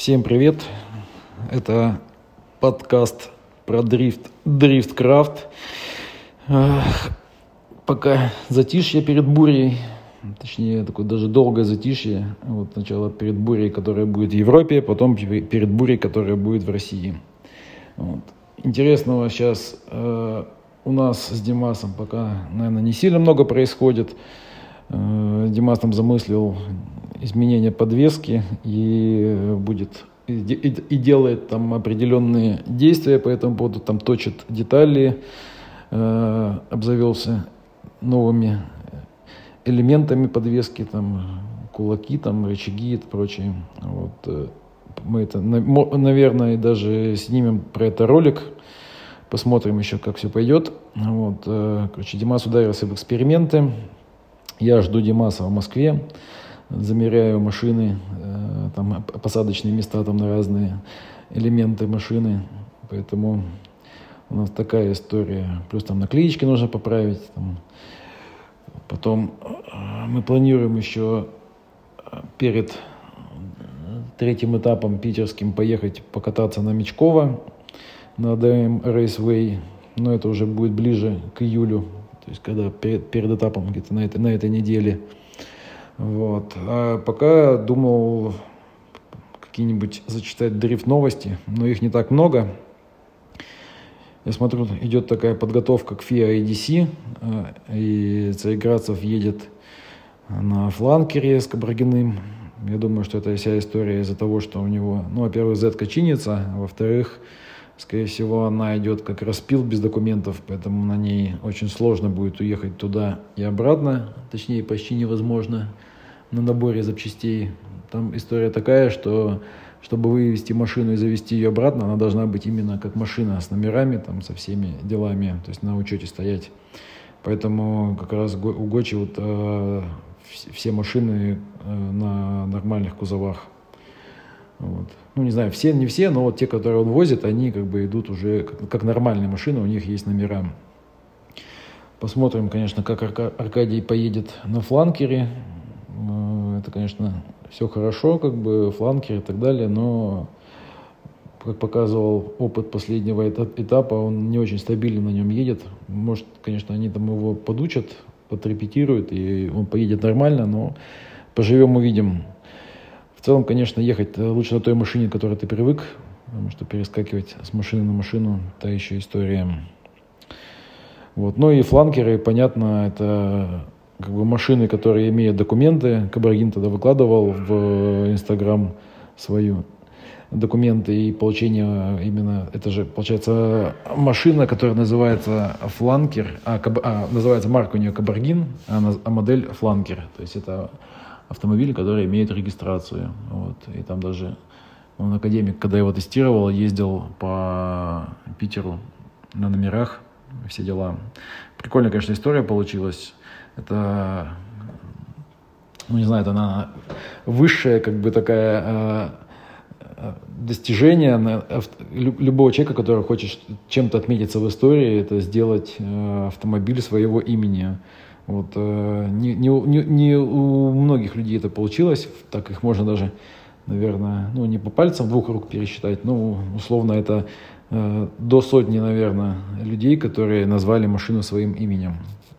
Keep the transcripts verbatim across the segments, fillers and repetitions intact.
Всем привет! Это подкаст про дрифт Дрифткрафт. Пока затишье перед бурей, точнее такое даже долгое затишье. Вот сначала перед бурей, которая будет в Европе, потом перед бурей, которая будет в России. Вот. Интересного сейчас э, у нас с Димасом пока, наверное, не сильно много происходит. Э, Димас там замыслил изменение подвески и будет и, и, и делает там определенные действия по этому поводу, там точит детали, э, обзавелся новыми элементами подвески, там кулаки, там рычаги и прочее. Вот. Мы это, наверное, даже снимем про это ролик, посмотрим еще, как все пойдет. Вот. Короче, Димас ударился в эксперименты. Я жду Димаса в Москве, замеряю машины, там посадочные места там на разные элементы машины. Поэтому у нас такая история. Плюс там наклеечки нужно поправить. Там. Потом мы планируем еще перед третьим этапом питерским поехать покататься на Мечково, на ди эм Raceway. Но это уже будет ближе к июлю, то есть когда перед, перед этапом где-то на этой, на этой неделе. Вот. А пока думал какие-нибудь зачитать дрифт-новости, но их не так много. Я смотрю, идет такая подготовка к эф ай эй ай ди си, и Цареградцев едет на фланкере с Кабаргиным. Я думаю, что это вся история из-за того, что у него, ну, во-первых, зетка чинится, а во-вторых, скорее всего, она идет как распил без документов, поэтому на ней очень сложно будет уехать туда и обратно, точнее, почти невозможно на наборе запчастей. Там история такая, что чтобы вывести машину и завести ее обратно, она должна быть именно как машина с номерами, там, со всеми делами, то есть на учете стоять. Поэтому как раз у Гочи вот, э, все машины э, на нормальных кузовах. Вот. Ну, не знаю, все, не все, но вот те, которые он возит, они как бы идут уже как, как нормальные машины, у них есть номера. Посмотрим, конечно, как Арка- Аркадий поедет на фланкере. Это, конечно, все хорошо, как бы фланкер и так далее, но, как показывал опыт последнего этапа, он не очень стабильно на нем едет. Может, конечно, они там его подучат, подрепетируют, и он поедет нормально, но поживем, увидим. В целом, конечно, ехать лучше на той машине, к которой ты привык, потому что перескакивать с машины на машину – та еще история. Вот. Ну и фланкеры, понятно, это как бы машины, которые имеют документы. Кабаргин тогда выкладывал в Инстаграм свою документы и получение именно, это же, получается, машина, которая называется фланкер, а, каб, а называется марка у нее Кабаргин, а, а модель фланкер. То есть это автомобиль, который имеет регистрацию. Вот. И там даже он, академик, когда его тестировал, ездил по Питеру на номерах, все дела. Прикольная, конечно, история получилась. Это, ну не знаю, это она высшая, как бы такая э, достижение на, любого человека, который хочет чем-то отметиться в истории, это сделать э, автомобиль своего имени. Вот, э, не, не, не, не у многих людей это получилось, так их можно даже, наверное, ну не по пальцам двух рук пересчитать, но условно это э, до сотни, наверное, людей, которые назвали машину своим именем.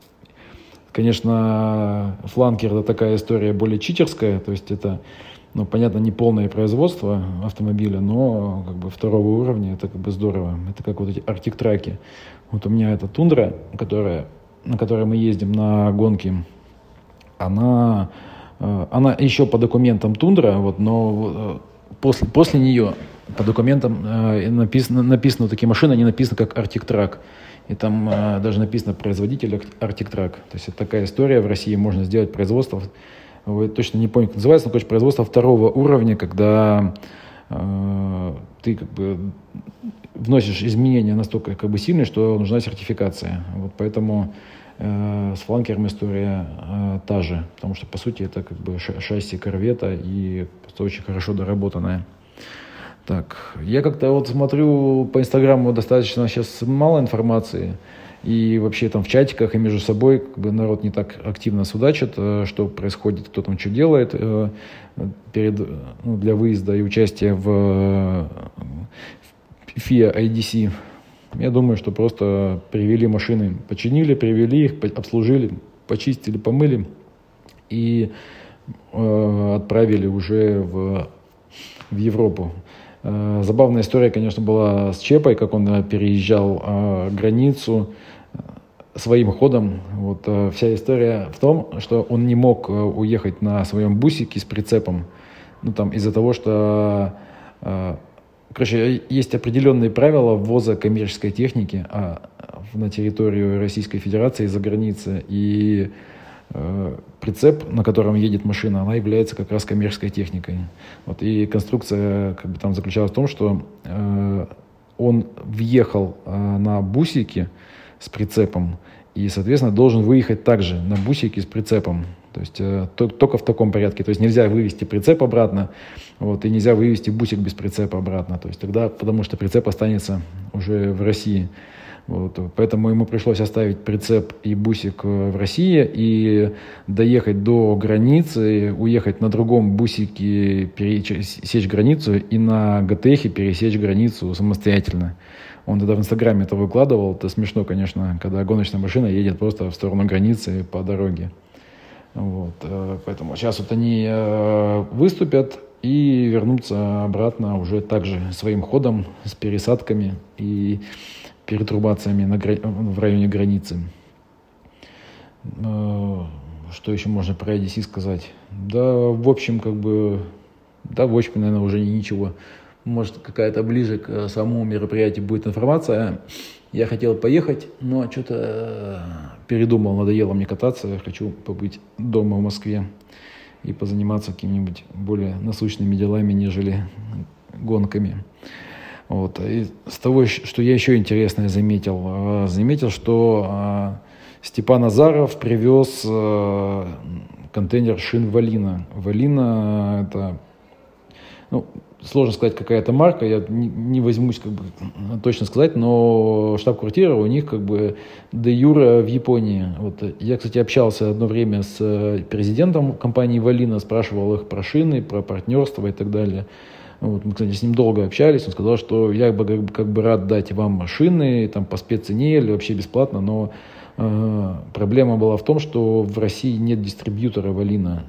Конечно, фланкер – это такая история более читерская, то есть это, ну, понятно, не полное производство автомобиля, но как бы второго уровня, это как бы здорово. Это как вот эти арктик-траки. Вот у меня эта тундра, которая, на которой мы ездим на гонки, она, она еще по документам тундра, вот, но после, после нее по документам написано, написано такие машины, они написаны как арктик-трак. И там э, даже написано производитель арктик-трак. То есть это такая история. В России можно сделать производство, вы точно не помню, как называется, но, короче, производство второго уровня, когда э, ты как бы вносишь изменения настолько как бы сильные, что нужна сертификация. Вот поэтому э, с фланкером история э, та же, потому что, по сути, это как бы шасси корвета и очень хорошо доработанное. Так, я как-то вот смотрю по Инстаграму, достаточно сейчас мало информации. и вообще там в чатиках и между собой как бы народ не так активно судачит, что происходит, кто там что делает перед, ну, для выезда и участия в эф и эй ай ди си. Я думаю, что просто привели машины, починили, привели их, обслужили, почистили, помыли и э, отправили уже в, в Европу. Э, забавная история, конечно, была с Чепой, как он переезжал э, границу своим ходом. Вот, э, вся история в том, что он не мог уехать на своем бусике с прицепом, ну, там, из-за того, что э, короче, есть определенные правила ввоза коммерческой техники а, на территорию Российской Федерации из-за границы. И э, прицеп, на котором едет машина, она является как раз коммерческой техникой. Вот, и конструкция как бы, там заключалась в том, что э, он въехал э, на бусике с прицепом и, соответственно, должен выехать также на бусике с прицепом. То есть э, то, только в таком порядке. То есть нельзя вывести прицеп обратно, вот, и нельзя вывести бусик без прицепа обратно. То есть тогда, потому что прицеп останется уже в России. Вот, поэтому ему пришлось оставить прицеп и бусик в России и доехать до границы, уехать на другом бусике, пересечь границу и на гэ тэ эхе пересечь границу самостоятельно. Он тогда в Инстаграме это выкладывал. Это смешно, конечно, когда гоночная машина едет просто в сторону границы по дороге. Вот, поэтому сейчас вот они выступят и вернутся обратно уже также своим ходом с пересадками и перетрубациями на, в районе границы. Что еще можно про эй ди си сказать? Да, в общем, как бы, да, в общем, наверное, уже ничего. Может, какая-то ближе к самому мероприятию будет информация. Я хотел поехать, но что-то передумал, надоело мне кататься. Я хочу побыть дома в Москве и позаниматься какими-нибудь более насущными делами, нежели гонками. Вот. И с того, что я еще интересное заметил, заметил, что Степан Азаров привез контейнер шин Валина. Валина — это, ну, сложно сказать, какая-то марка, я не, не возьмусь как бы точно сказать, но штаб-квартира у них как бы де юре в Японии. Вот. Я, кстати, общался одно время с президентом компании Валина, спрашивал их про шины, про партнерство и так далее. Вот. Мы, кстати, с ним долго общались, он сказал, что я бы как бы, как бы рад дать вам шины там, по спеццене или вообще бесплатно, но э, проблема была в том, что в России нет дистрибьютора Валина.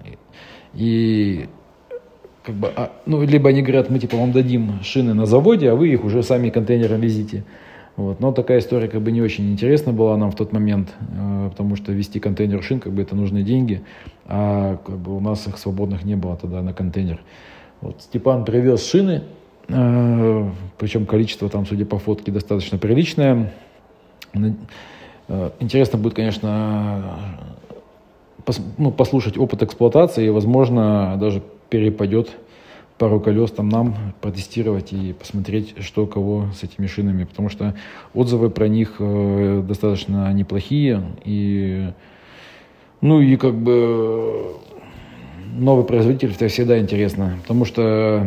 И как бы, а, ну, либо они говорят, мы типа вам дадим шины на заводе, а вы их уже сами контейнером везите. Вот. Но такая история как бы не очень интересна была нам в тот момент, э, потому что везти контейнер шин, как бы это нужны деньги, а как бы у нас их свободных не было тогда на контейнер. Вот. Степан привез шины, э, причем количество там, судя по фотке, достаточно приличное. Э, интересно будет, конечно, пос, ну, послушать опыт эксплуатации, и, возможно, даже перепадет пару колес там нам, протестировать и посмотреть, что кого с этими шинами, потому что отзывы про них э, достаточно неплохие, и ну и как бы новый производитель это всегда интересно, потому что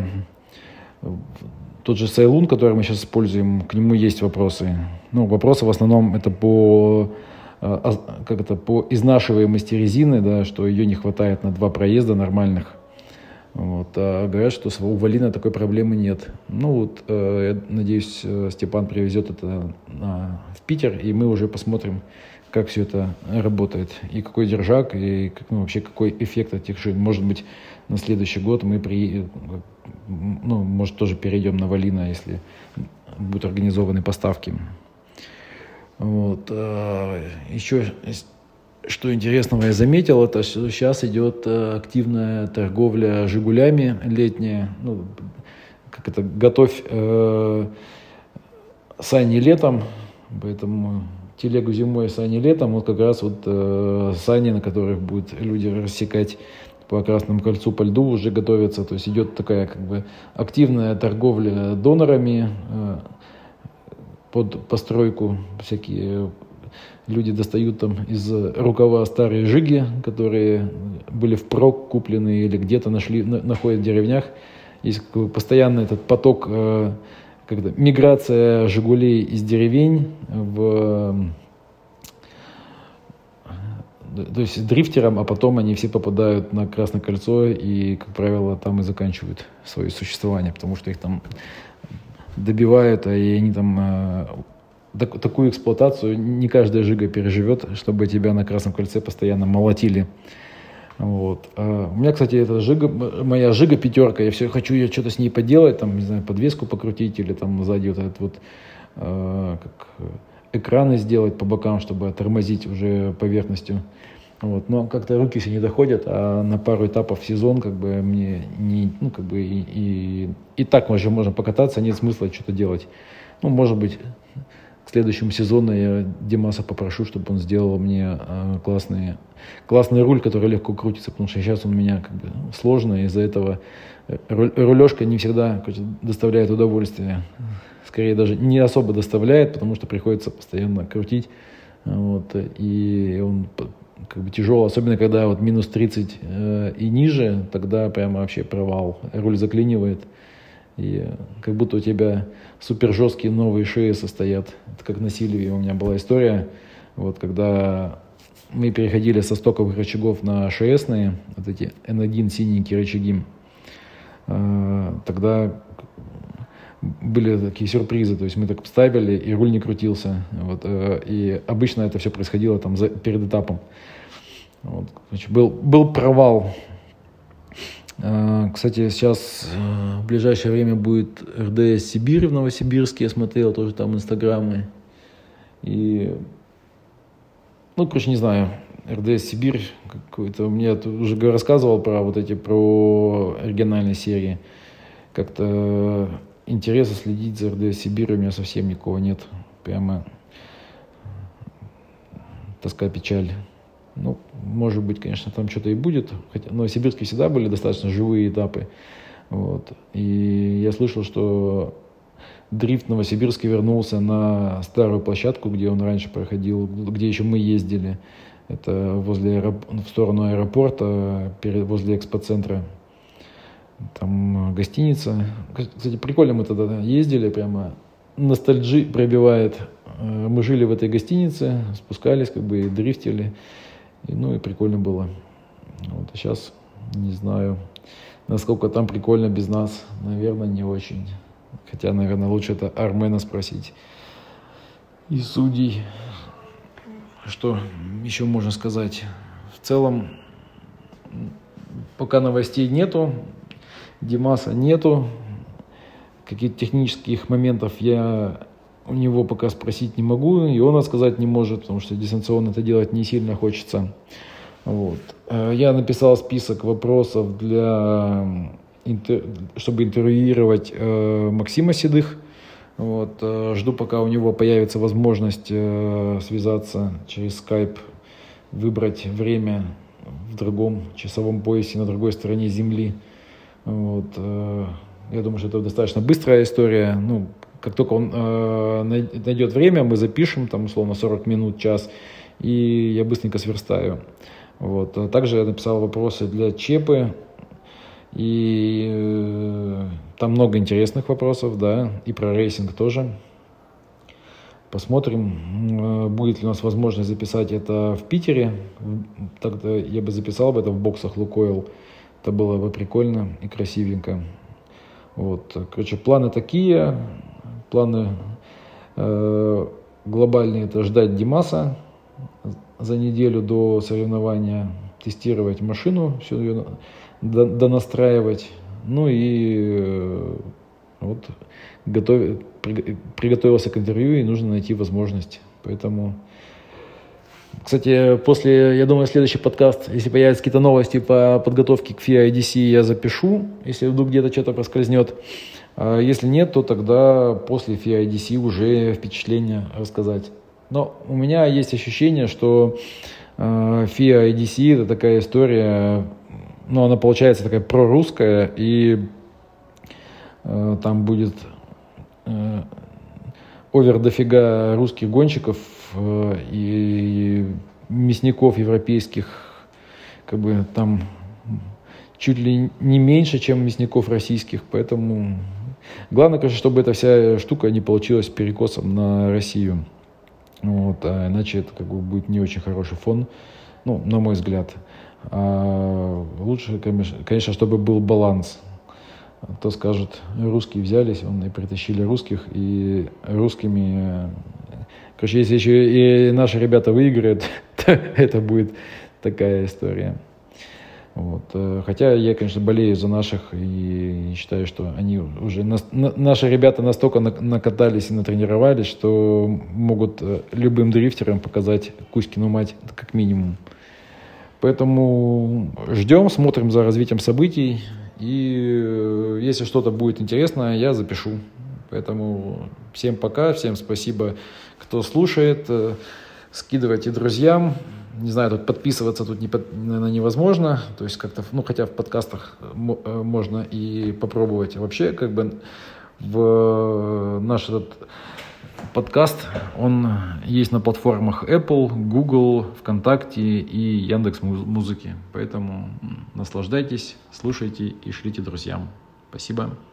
тот же Сайлун, который мы сейчас используем, к нему есть вопросы. Ну, вопросы в основном это по как это, по изнашиваемости резины, да, что ее не хватает на два проезда нормальных. Вот, а говорят, что у Валина такой проблемы нет. Ну вот, э, я надеюсь, Степан привезет это на, в Питер, и мы уже посмотрим, как все это работает, и какой держак, и как, ну, вообще какой эффект от этих шин. Может быть, на следующий год мы при, ну, может, тоже перейдем на Валина, если будут организованы поставки. Вот, э, еще что интересного я заметил, это что сейчас идет активная торговля «Жигулями» летняя. Ну, как это, готовь э, сани летом, поэтому телегу зимой, сани летом. Вот как раз вот э, сани, на которых будут люди рассекать по Красному кольцу, по льду, уже готовятся. То есть идет такая как бы активная торговля донорами э, под постройку. Всякие люди достают там из рукава старые жиги, которые были впрок куплены или где-то нашли, находят в деревнях. Есть постоянно этот поток, э, как-то, миграция «Жигулей» из деревень в, то есть дрифтерам, а потом они все попадают на Красное кольцо и, как правило, там и заканчивают свое существование, потому что их там добивают, и они там так, такую эксплуатацию не каждая жига переживет, чтобы тебя на Красном кольце постоянно молотили. Вот. А у меня, кстати, это жига, моя жига пятерка, я все хочу я что-то с ней поделать, там, не знаю, подвеску покрутить или там сзади вот этот вот э, как, экраны сделать по бокам, чтобы тормозить уже поверхностью. Вот. Но как-то руки все не доходят, а на пару этапов в сезон как бы мне не, ну, как бы и, и, и так мы же можем покататься, нет смысла что-то делать. Ну, может быть, к следующему сезону я Димаса попрошу, чтобы он сделал мне э, классный, классный руль, который легко крутится, потому что сейчас он у меня как бы сложный, из-за этого руль, рулежка не всегда доставляет удовольствие. Скорее даже не особо доставляет, потому что приходится постоянно крутить. Вот, и он как бы тяжелый, особенно когда вот минус тридцать э, и ниже, тогда прямо вообще провал. Руль заклинивает. И как будто у тебя супер жесткие новые шеи состоят. Это как на Сильвии у меня была история. Вот когда мы переходили со стоковых рычагов на ШСные, вот эти эн один синенькие рычаги, тогда были такие сюрпризы. То есть мы так ставили, и руль не крутился. Вот, и обычно это все происходило там за, перед этапом. Вот, значит, был, был провал. Кстати, сейчас в ближайшее время будет эр дэ эс Сибирь в Новосибирске, я смотрел тоже там инстаграмы. И, ну, короче, не знаю, эр дэ эс Сибирь какой-то, мне уже рассказывал про вот эти, про оригинальные серии. Как-то интереса следить за эр дэ эс Сибирь у меня совсем никого нет. Прямо тоска, печаль. Ну, может быть, конечно, там что-то и будет. Хотя в Новосибирске всегда были достаточно живые этапы. Вот. И я слышал, что дрифт в Новосибирске вернулся на старую площадку, где он раньше проходил, где еще мы ездили. Это возле аэроп... в сторону аэропорта, перед... возле экспоцентра. Там гостиница. Кстати, прикольно мы тогда ездили, прямо ностальджи пробивает. Мы жили в этой гостинице, спускались, как бы и дрифтили. И, ну и прикольно было. Вот, а сейчас не знаю, насколько там прикольно без нас. Наверное, не очень. Хотя, наверное, лучше это Армена спросить. И судей. Что еще можно сказать? В целом, пока новостей нету, Димаса нету. Каких-то технических моментов я у него пока спросить не могу, и он рассказать не может, потому что дистанционно это делать не сильно хочется. Вот. Я написал список вопросов, для, чтобы интервьюировать Максима Седых. Вот. Жду, пока у него появится возможность связаться через скайп, выбрать время в другом часовом поясе на другой стороне Земли. Вот. Я думаю, что это достаточно быстрая история. Ну, как только он э, найдет время, мы запишем, там, условно, сорок минут, час, и я быстренько сверстаю. Вот. А также я написал вопросы для Чепы, и э, там много интересных вопросов, да, и про рейсинг тоже. Посмотрим, э, будет ли у нас возможность записать это в Питере. Тогда я бы записал бы это в боксах Лукойл. Это было бы прикольно и красивенько. Вот. Короче, планы такие. Планы э, глобальные — это ждать Димаса за неделю до соревнования, тестировать машину, все ее донастраивать. Ну и э, вот готов, при, приготовился к интервью, и нужно найти возможность. Поэтому, кстати, после, я думаю, следующий подкаст, если появятся какие-то новости по подготовке к эф ай ай ди си, я запишу, если вдруг где-то что-то проскользнет. А если нет, то тогда после эф ай ай ди си уже впечатления рассказать. Но у меня есть ощущение, что э, эф ай ай ди си — это такая история, ну, она получается такая прорусская, и э, там будет э, овер дофига русских гонщиков э, и мясников европейских, как бы там чуть ли не меньше, чем мясников российских, поэтому главное, конечно, чтобы эта вся штука не получилась перекосом на Россию. Вот, а иначе это как бы будет не очень хороший фон ну, на мой взгляд. А лучше, конечно, чтобы был баланс. То скажут, русские взялись, он и притащили русских, и русскими... Короче, если еще и наши ребята выиграют, то это будет такая история. Вот. Хотя я, конечно, болею за наших и считаю, что они уже... Наши ребята настолько накатались и натренировались, что могут любым дрифтерам показать Кузькину мать как минимум. Поэтому ждем, смотрим за развитием событий. И если что-то будет интересно, я запишу. Поэтому всем пока, всем спасибо, кто слушает. Скидывайте друзьям. Не знаю, тут подписываться тут, не, наверное, невозможно. То есть как-то, ну, хотя в подкастах можно и попробовать. Вообще, как бы в наш этот подкаст, он есть на платформах Apple, Google, ВКонтакте и Яндекс.Музыки. Поэтому наслаждайтесь, слушайте и шлите друзьям. Спасибо.